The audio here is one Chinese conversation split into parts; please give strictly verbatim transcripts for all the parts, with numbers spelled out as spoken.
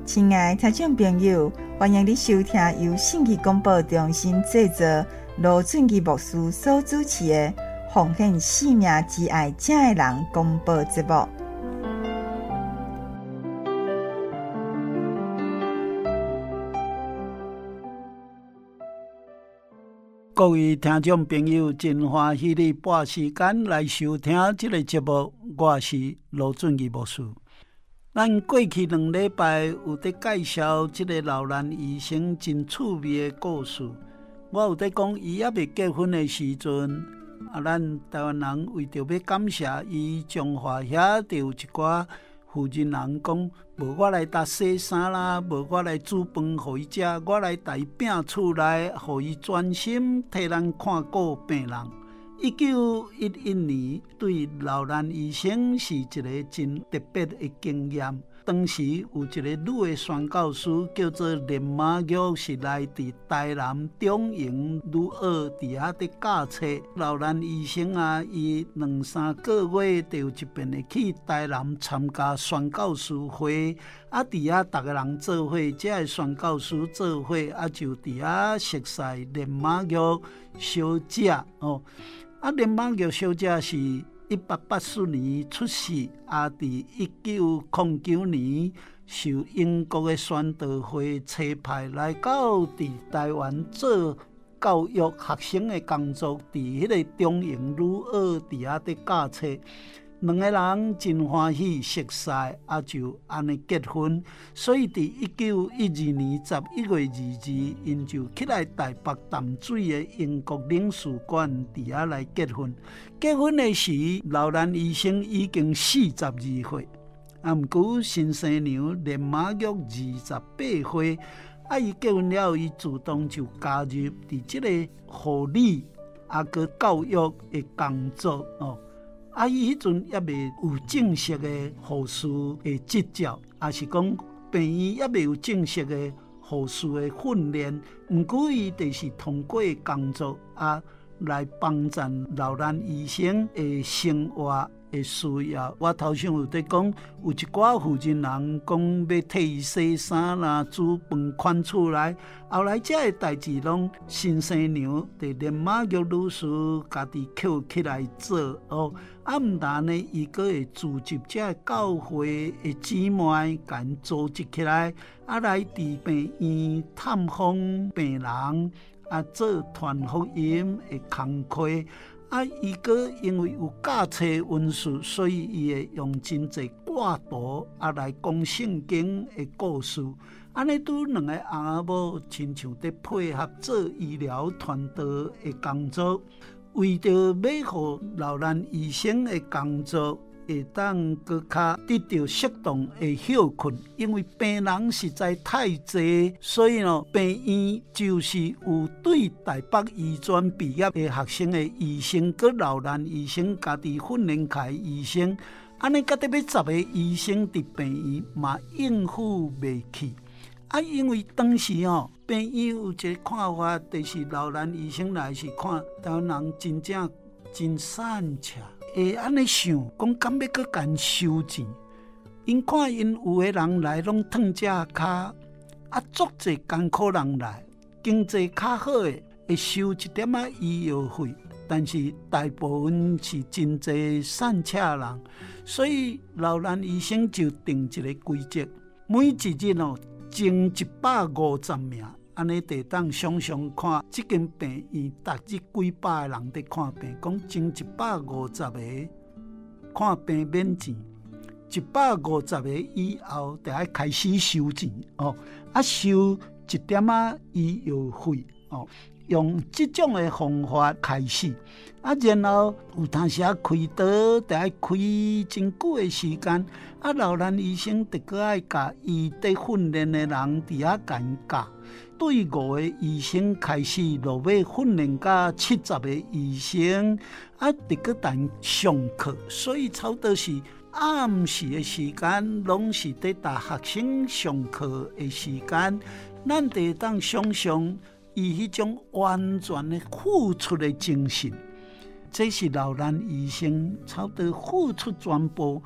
亲爱的听众朋友，欢迎你收听由信息广播中心制作、罗俊基牧师所主持的《奉献生命之爱正的人》广播节目。 各位听众朋友，真欢喜你拨时间来收听这个节目，我是罗俊基牧师。咱过去两礼拜有在介绍这个老男医生真趣味的故事。我有在讲伊还未结婚的时阵，啊，咱台湾人为着要感谢伊，中华遐就有一寡负责人讲，无我来搭洗衫啦，无我来煮饭互伊食，我来带饼厝内，互伊专心替咱看顾病人。一九一一年，对老男医生是一个真特别的经验。当时有一个女的宣教师叫做连马玉，是来自台南中营女儿伫遐伫教册。老男医生啊，伊两三个月就有一遍会去台南参加宣教师会，啊，伫遐逐个人做伙，这个宣教师做伙，啊，就伫遐熟悉连马玉小姐哦。啊，连马玉小姐是一八八四年出世，啊，伫一九零九年受英国的宣道会差派来到伫台湾做教育学生的工作，伫迄个中营女儿伫遐伫教册。两个人真欢喜熟识，啊，就安尼结婚。所以伫一九一二年十一月二日，因就起来台北淡水的英国领事馆伫遐来结婚。结婚的时，老男医生已经四十二岁，啊，毋过新生娘连马玉二十八岁。啊，伊结婚了，伊自动就加入伫即个护理啊个教育的工作哦。啊，伊迄阵还未有正式的护士的执照，也是讲病院还未有正式的护士的训练。毋过伊就是通过工作啊，来帮助老男医生的生活的需要。我头先有在讲，有一寡负责人讲要替伊洗衫啦、煮饭、款厝内，后来这个代志拢新生娘伫连马玉女士家己捡起来做哦。啊，毋但呢，伊阁会组织这个教会的姊妹，甲因组织起来，啊，来伫病院探访病人，啊，做传福音的工课。啊，伊个因为有教册文书，所以伊会用真侪挂图啊来讲圣经的故事。安尼拄两个翁仔某亲像伫配合做医疗团队的工作，为着要互老男医生的工作会当搁较得到适当的休困，因为病人实在太济，所以呢，病院就是有对台北医专毕业的学生的医生，佮老男医生家己训练开医生，安尼甲得要十个医生伫病院嘛应付袂起。啊，因为当时哦，病院有一个看法，就是老男医生来是看台湾人真正真善巧。会安尼想，讲敢要搁甲因收钱？因看因有个人来拢烫只骹，啊，足侪艰苦人来，经济较好的会收一点仔医药费，但是大部分是真侪善巧人，所以老男医生就定一个规则，每一日哦，争一百五十名。安尼得当想想看，即间病院逐日几百个人伫看病，讲争一百五十个看病免钱，一百五十个以后就要开始收钱哦，啊收一点仔医药费哦，用即种的方法开始，啊然后有当时啊开刀就要开真久的时间，啊老男医生就搁爱甲伊伫训练的人伫遐甲因教。对五个医生开始，落尾训练到七十个医生，啊，得个等上课，所以差不多是暗时的时间，拢是在打学生上课的时间。咱得当想象，伊迄种完全的付出的精神，这是老男医生差不多付出全部。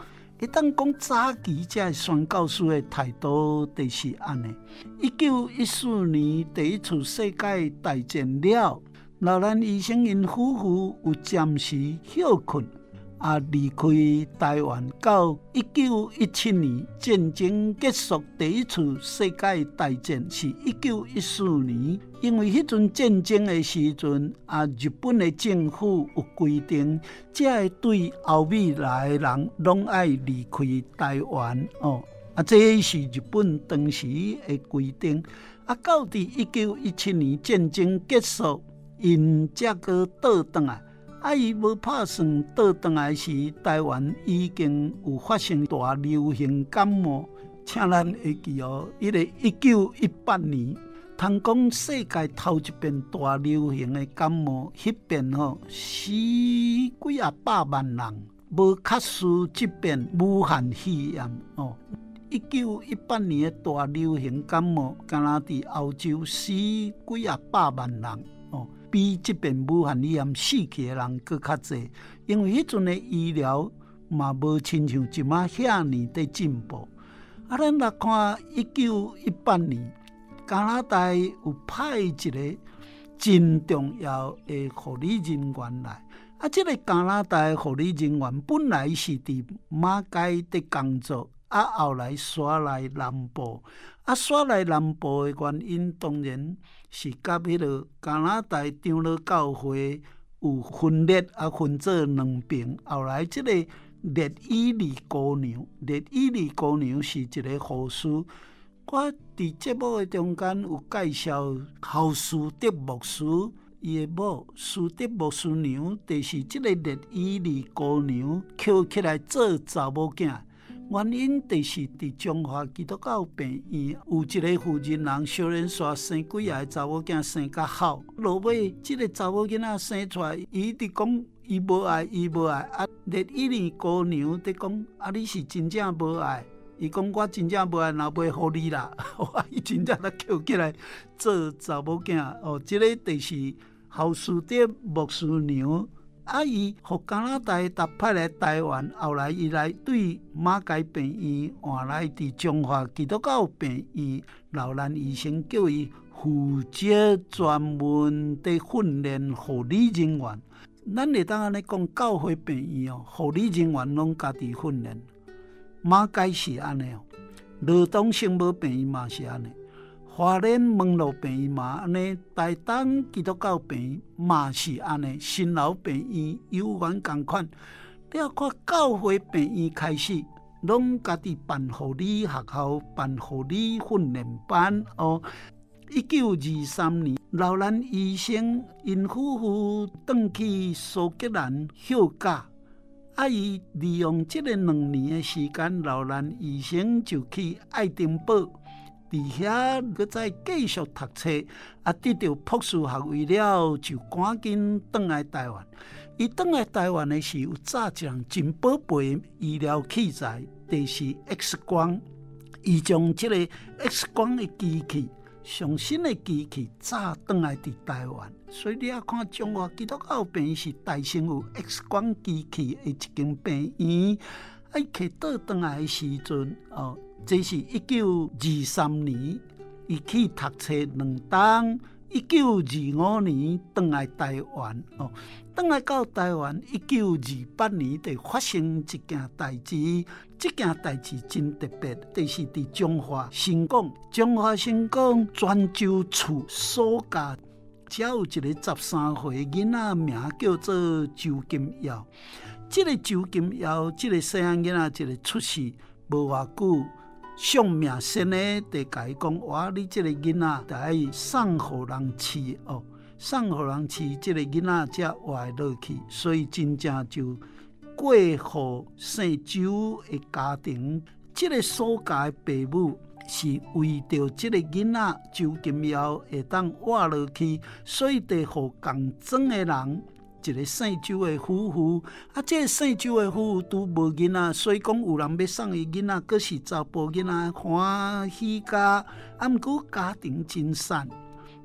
一旦讲早期，这宣教师的态度就是安尼。一九一四年第一次世界大战了，老兰医生因夫妇有暂时休困，啊离开台湾。到一九一七年战争结束，第一次世界大战是一九一四年。因为迄阵战争的时阵，啊，日本的政府有规定，只会对欧美来的人拢爱离开台湾哦。啊，这是日本当时的规定。啊，到伫一九一七年战争结束，因才个倒转来。啊，伊无拍算倒转来时，台湾已经有发生大流行感冒，请咱会记哦，迄个一九一八年。通讲世界头一遍大流行的感冒，迄边吼死几啊百万人，无确实即遍武汉肺炎哦。一九一八年的大流行感冒，敢若伫欧洲死几啊百万人哦，比即遍武汉肺炎死去的人佫较济，因为迄阵的医疗嘛无亲像即马遐尼的进步。啊，咱来看一九一八年。加拿大有派一个真重要的护理人员来，啊，这个加拿大的护理人员本来是伫马街的工作，啊，后来刷来南部，啊，刷来南部的原因当然是甲迄个加拿大长老教会有分裂啊，分做两边。后来这个列伊利姑娘，列伊利姑娘是一个护士。我伫节目的中间有介绍后苏德牧师，伊的某苏德牧师娘，就是即个列伊利姑娘捡起来做查某囝。原因就是伫中华基督教病院有一个负责人小人煞生几个查某囝生较好，落尾即个查某囡仔生出来，伊伫讲伊无爱，伊无爱啊！列伊利姑娘伫讲啊，你是真正无爱。伊讲我真正无爱，若袂互你啦，我伊真正来捡起来做查某囝哦。即、这个就是后苏德牧师娘，啊，伊互加拿大搭派来台湾，后来伊来对马街病院换来伫中华基督教病院，老兰医生叫伊负责专门的训练护理人员。咱会当安尼讲，教会病院哦，护理人员拢家己训练。马街是安尼哦，罗东圣母病院嘛是安尼，花莲门路病院嘛安尼，台东基督教病院嘛是安尼，新楼病院有缘共款。你要看教会病院开始，拢家己办护理学校，办护理训练班哦。一九二三年，老兰医生因夫妇转去苏格兰休假。啊！伊利用这个两年的时间，老兰医生就去爱丁堡，伫遐搁再继续读册，啊，得到博士学位了，就赶紧转来台湾。伊转来台湾的时候，有早一样真宝贝医疗器材，就是 X 光。伊将这个 X 光的机器。上新的机器早转来伫台湾，所以你要看中华基督教病院是大先有 X 光机器的一间病院。啊，伊去倒转来的时阵，哦，这是一九二三年，伊去读册两冬。一九二五年转来台湾，哦，转来到台湾，一九二八年就发生一件代志。这件代志真特别，就是伫中华新港，中华新港泉州处所教，只有一个十三岁囡仔，名叫做周金耀。这个周金耀，这个细汉囡仔，一个出世无偌久。上命先呢，就甲伊讲：哇，你这个囡仔，得爱送互人饲哦，送互人饲，这个囡仔才活落去。所以真正就过户姓周的家庭，这个所教的父母是为着这个囡仔周金耀会当活落去，所以得互共庄的人。一个姓周的夫妇，啊，这个姓周的夫妇都无囡仔，所以讲有人要送伊囡仔，佫是查甫囡仔欢喜家，啊，毋过家庭真散。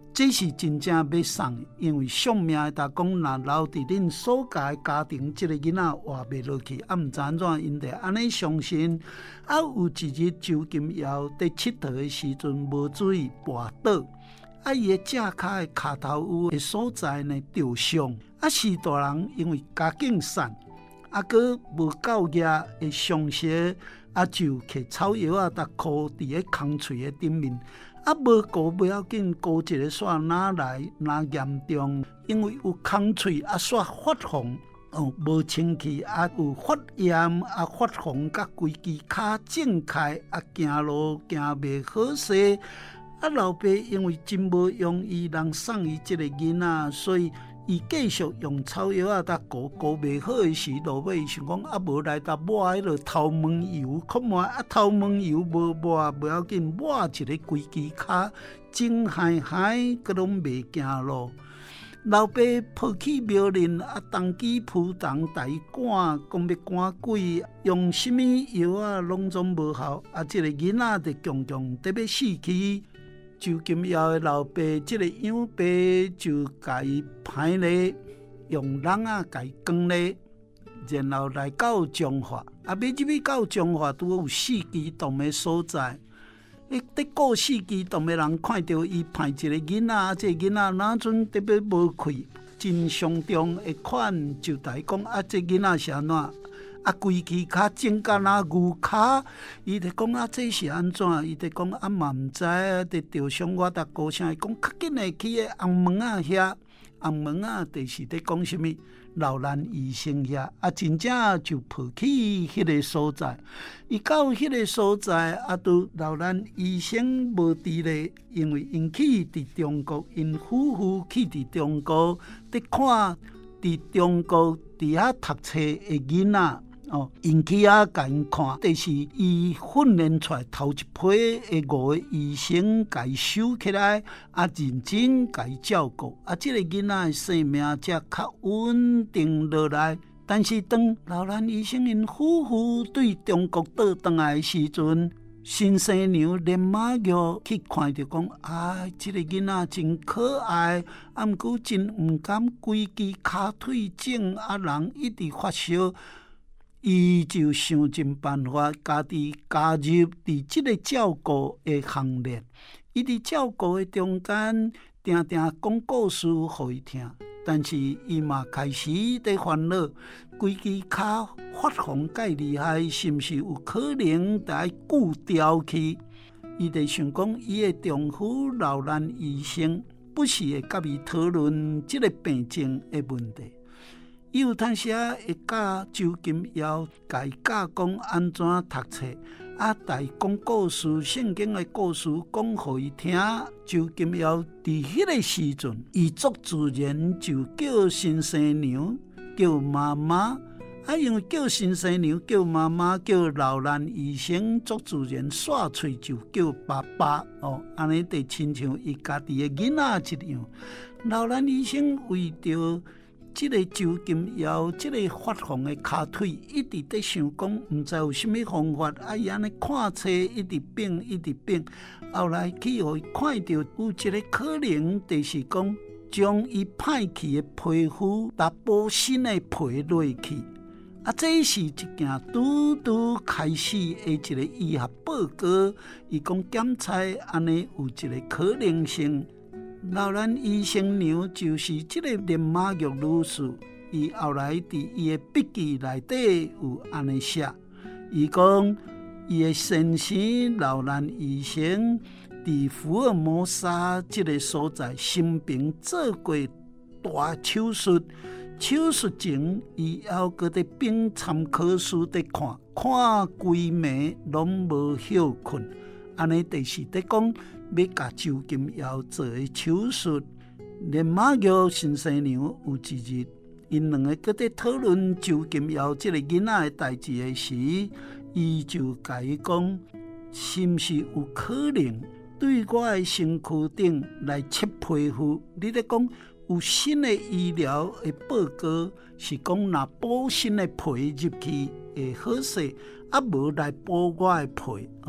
这是真正要送，因为丧命的大公若留伫恁所家的家庭，这个囡仔活袂落去，啊，毋知安怎，因得安尼相信。啊，有一日周金尧伫佚佗的时阵，无注意滑倒，啊，伊的正骹的骹头有的所在呢着伤，啊，是大人因为家境散，啊，佮无够额的伤势，啊，就摕草药啊，搭箍伫个空喙的顶面。啊，无顾不要紧，顾一个煞哪来哪严重，因为有空喙啊煞发红，哦，无清气啊有发炎啊发红，甲规支骹肿开啊，行路行袂好势。啊，老爸因为真无容易人送伊即个囡仔，所以伊继续用草药啊，搭顾顾袂好的时，落尾想讲啊，无来搭抹迄落头毛油，看抹啊头毛油无抹，无要紧，抹一个规支骹肿嗨嗨，佮拢袂行路。老爸抱起苗人啊，当机扑动，大赶，讲要赶鬼，用什么药啊，拢总无效。啊，即、这个囡仔就强强得要死去。周金尧的老爸，即个养爸就甲伊排咧，用人啊甲伊扛咧，然后来到彰化。啊，要入去到彰化，拄有四支洞的所在。伊伫过四支洞的人看到伊排一个囡仔，这囡仔哪阵特别无气，真伤重的款，就来讲啊，这囡仔是安怎？啊，规支骹肿甲那牛骹，伊就讲啊，这是安怎？伊就讲啊，嘛毋知啊，就着伤我搭高声，伊讲较紧的去个红门啊遐，红门啊，就是伫讲什么老兰医生遐，啊，真正就跑去迄个所在。伊到迄个所在，啊，都老兰医生无伫咧，因为因去伫中国，因夫妇去伫中国，伫看伫中国伫遐读册的囡仔。哦，因去啊，甲因看，但是伊训练出来头一批的五个医生，甲伊收起来，啊，认真甲伊照顾，啊，即、这个囡仔的生命才较稳定落来。但是当老兰医生因夫妇对中国倒转来的时阵，新生娘连马玉去看着讲，啊，即、这个囡仔真可爱，啊，毋过真毋甘规支骹腿肿，啊，人一直发烧。伊就想尽办法，家己加入伫即个照顾的行列。伊伫照顾的中间，定定讲故事互伊听。但是伊嘛开始伫烦恼，规支骹发红介厉害，是毋是有可能得爱锯掉去？伊伫想讲，伊的丈夫老兰医生不时会甲伊讨论即个病症的问题。伊有当时啊会教周金尧，甲伊教讲安怎读册，啊，带讲故事、圣经的故事讲互伊听。周金尧伫迄个时阵，伊足自然就叫新生娘叫妈妈，啊，因为叫新生娘叫妈妈，叫老兰医生足自然煞喙就叫爸爸哦，安尼就亲像伊家己的囡仔一样。老兰医生为着即个周金尧，即个发红的骹腿，一直在想讲，毋知有啥物方法。啊，伊安尼看册，一直变，一直变。后来去互伊看到有一个可能，就是讲将伊歹去的皮肤，搭补新的皮落去。啊，这是一件拄拄开始的一个医学报告。伊讲检测安尼有一个可能性。老兰医生娘就是这个连马玉女士，伊后来伫伊的笔记内底有安尼写，伊讲伊的先生老兰医生伫福尔摩沙这个所在生病做过大手术，手术前伊还搁伫病参考书伫看，看规暝拢无休困，安尼就是伫讲。要甲周金尧做的手术，连马玉新生娘有一日，因两个搁在讨论周金尧这个囡仔的代志的时，伊就甲伊讲，是毋是有可能对我的身躯顶来切皮肤？你咧讲有新的医疗的报告是讲，若补新的皮入去会好势，啊无来补我的皮哦。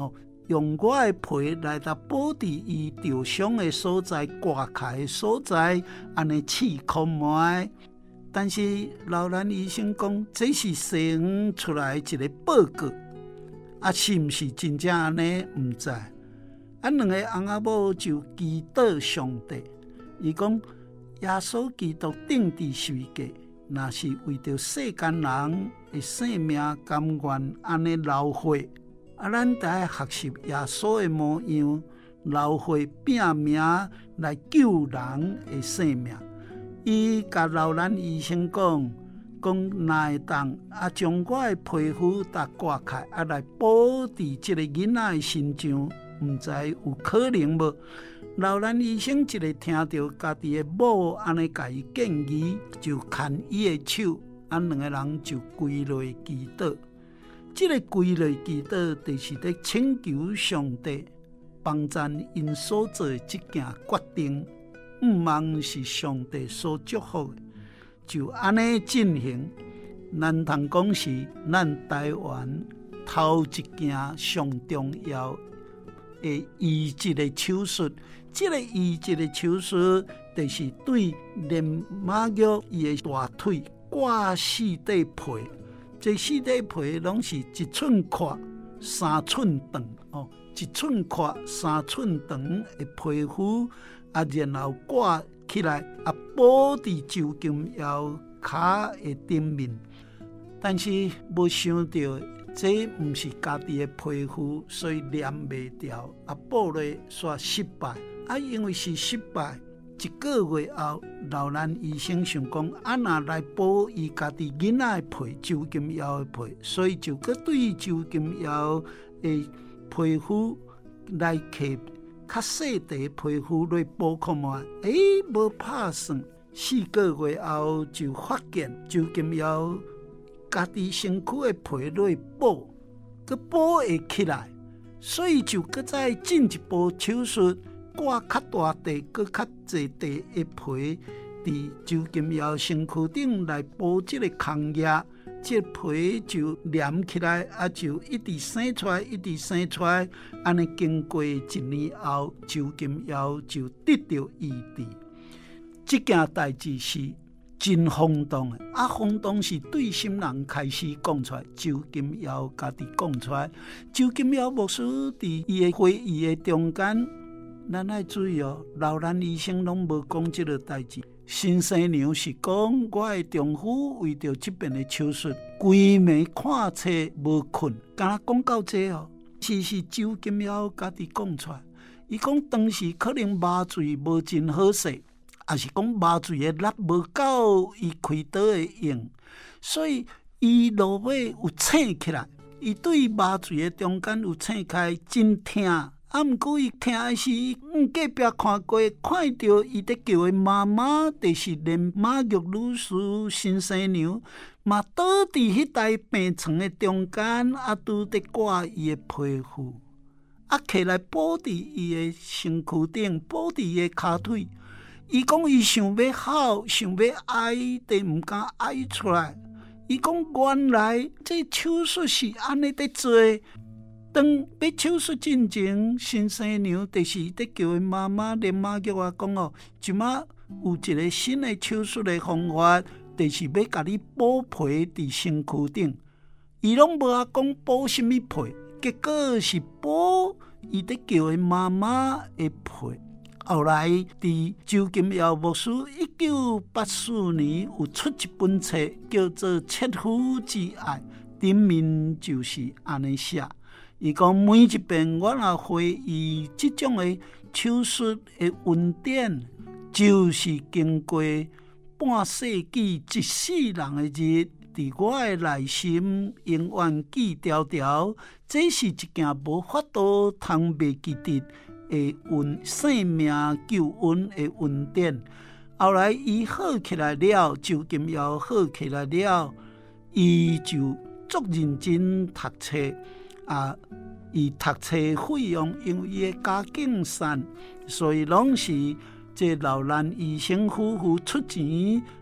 用我的皮来达保持伊受伤的所在、刮开的所在，安尼刺空埋。但是老兰医生讲，这是西方出来一个报告，啊，是毋是真正安尼？毋知。啊，两个翁仔某就祈祷上帝，伊讲耶稣基督定伫十字架，若是为着世间人的性命甘愿安尼流血。啊，咱得爱学习耶稣的模样，流血拼命来救人的性命。伊甲老兰医生讲，讲哪会当啊，将我的皮肤搭刮开，啊来保持这个囡仔的身上，毋知有可能无？老兰医生一个听到家己的某安尼甲伊建议，就牵伊的手，啊两个人就跪落祈祷。这个跪落祈祷，就是在请求上帝帮赞因所做的这件决定，毋望是上帝所祝福的，就安尼进行。咱通讲是咱台湾头一件上重要的医治的手术。这个医治的手术，就是对连马玉伊的大腿挂四块皮。这四块皮拢是一寸宽、三寸长哦，一寸宽、三寸长的皮肤啊，然后挂起来啊，保持周金腰骹的顶面。但是无想到，这毋是家己的皮肤，所以粘袂掉啊，补咧煞失败啊，因为是失败。一个月后，老兰医生想讲，啊若来补伊家己囡仔的皮，周金腰的皮，所以就搁对周金腰的皮肤来刻较细地皮肤来补看嘛。诶，无拍算，四个月后就发现周金腰家己身躯的皮来补，搁补会起来，所以就搁再进一步手术。挂较大地、搁较济地的皮，伫周金腰身躯顶来补这个空隙，这皮就连起来，啊，就一直生出来，一直生出来。安尼经过一年后，周金腰就得到医治。这件代志是真轰动的，啊，轰动是对心人开始讲出来，周金腰家己讲出来。周金腰牧师伫伊的会议的中间。咱要注意哦，老兰医生拢无讲这个代志。新生娘是讲，我的丈夫为着这边的手术，规暝看册无困，敢若讲到这哦，其实周金腰家己讲出来。伊讲当时可能麻醉无真好势，也是讲麻醉的力无够，伊开刀的用，所以伊落尾有醒起来。伊对麻醉的中间有醒开，真疼。啊，毋过伊听的是，嗯，隔壁看过，看到伊在叫的妈妈，就是连马玉女士新生娘，嘛倒伫迄台病床的中间，啊，拄在挂伊的皮肤，啊，起来保伫伊的身躯顶，保伫伊的骹腿。伊讲伊想要哭，想要哀，但毋敢哀出来。伊讲原来这手术是安尼在做。当要手术进前，新生娘就是在叫的妈妈连妈叫我讲哦，即马有一个新的手术的方法，就是要甲你补皮伫身躯顶。伊拢无啊讲补什么皮，结果是补伊在叫的妈妈的皮。后来伫周金耀牧师一九八四年有出一本册，叫做《切肤之爱》，顶面就是安尼写。伊讲每一遍我若会以这种的手术的恩典，就是经过半世纪一世人的日，伫我的内心永远记条条。这是一件无法度通袂记得的恩生命救恩的恩典。后来伊好起来了，周金耀好起来了，伊就足认真读册。啊，伊读册费用因为伊的家境善，所以拢是这老兰医生夫妇出钱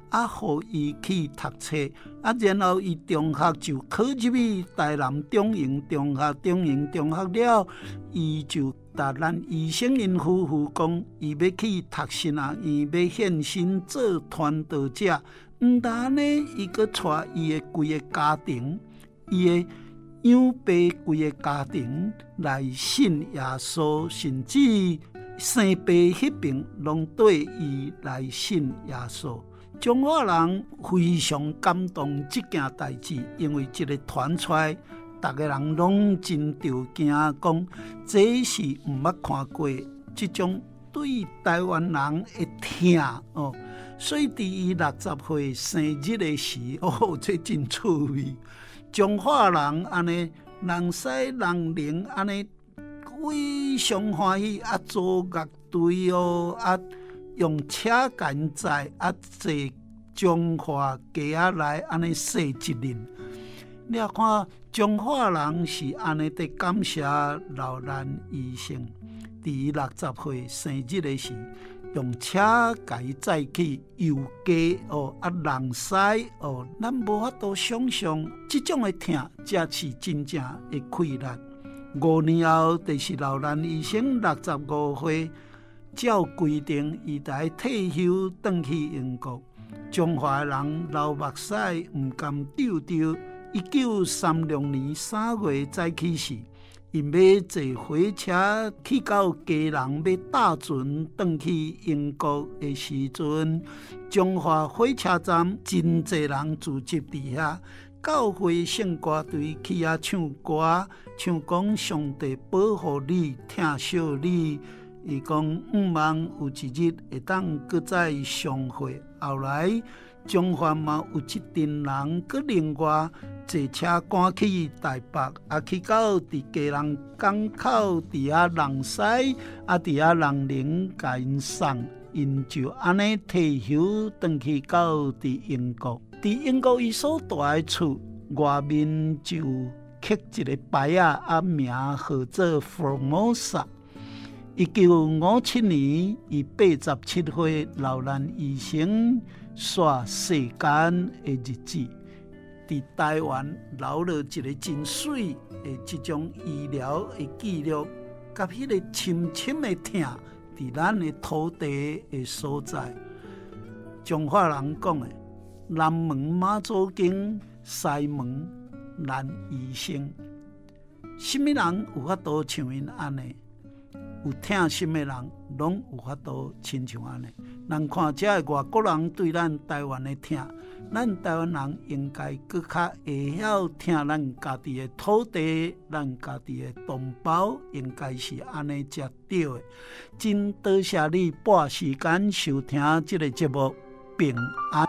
啊，互伊去读册，啊，然后伊中学就考入去台南中营中学，中营中学了，伊就答咱医生因夫妇讲，伊要去读神学院，要献身做传道者。毋但呢，伊阁带伊的规个家庭，伊的养爸规个家庭来信耶稣，甚至生爸迄边拢对伊来信耶稣。中华人非常感动这件代志，因为这个传出来，大家人拢真着惊，讲这是毋捌看过这种对台湾人的疼哦。所以，伫伊六十岁生日的时，哦，这真趣味。中华人安尼，人西人灵安尼，非常欢喜啊！做乐队哦，啊，用车赶载啊，坐中华街仔来安尼说一轮。你啊看，中华人是安尼在感谢老咱医生，伫伊六十岁生日的时。用车甲伊载去游街哦，啊人西哦，咱无法度想象，即种的疼才是真正的快乐。五年后，就是老咱医生六十五岁，照规定，伊来退休，转去英国。中华人流目屎毋甘丢丢，一九三六年三月才去世。因要坐火车去到家人要搭船转去英国的时阵，中华火车站真侪人聚集伫遐，教会圣歌队去遐唱歌，唱讲上帝保护你，疼惜你。伊讲毋望有一日会当搁再相会。后来中华嘛有一群人搁另外坐车赶去台北，啊去到伫家人港口伫遐人西，啊伫遐人灵甲因送，因就安尼退休，转去到伫英国。伫英国伊所住的厝外面就刻一个牌仔，啊名号做 Formosa。一九五七年，伊八十七岁，老咱医生煞世间的日子。伫台湾留了一个真水的这种医疗的记录，甲迄个深深的疼，伫咱的土地的所在。中华人讲的南门妈祖经，西门咱医生。什么人有法度像因安尼？有疼心的人，拢有法度亲像安尼。咱看这个外国人对咱台湾的疼，咱台湾人应该更较会晓疼咱家己的土地，咱家己的同胞，应该是安尼才对的。真多谢你拨时间收听这个节目，平安。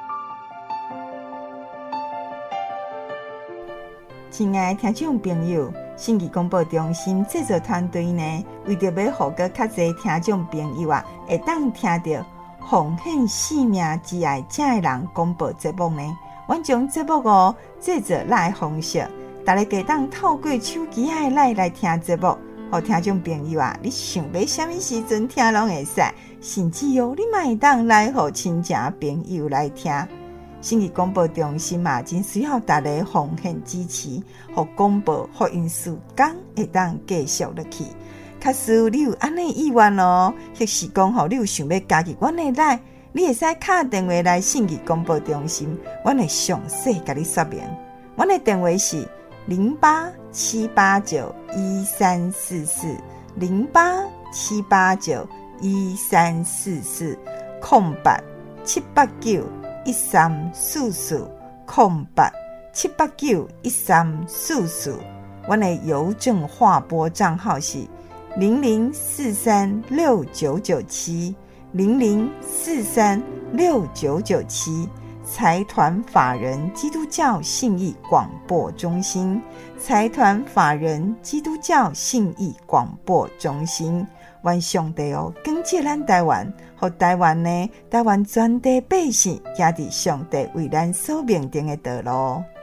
亲爱的听众朋友，信息广播中心制作团队呢，为着要互个较侪听众朋友啊，会当听到奉献生命之爱这的人广播节目呢，阮将节目哦制作来方式，大家可当透过手机的来来听节目。互听众朋友啊，你想要什么时阵听拢会使，甚至哦，你嘛会当来互亲戚朋友来听。信息广播中心嘛，真需要大家奉献支持，互广播福音事工会当继续落去。假使你有安尼意愿哦，或是讲吼，你有想要加入阮的来，你会使打电话来信息广播中心，阮会详细甲你说明。阮的电话是零八七八九一三四四零八七八九一三四四空白七八九。一三四四空白七八九一三四四，我的邮政划拨账号是零零四三六九九七零零四三六九九七。财团法人基督教信义广播中心，财团法人基督教信义广播中心。愿上帝哦，感谢咱台湾，和台湾呢，台湾全地百姓行伫上帝为咱所命定的道路。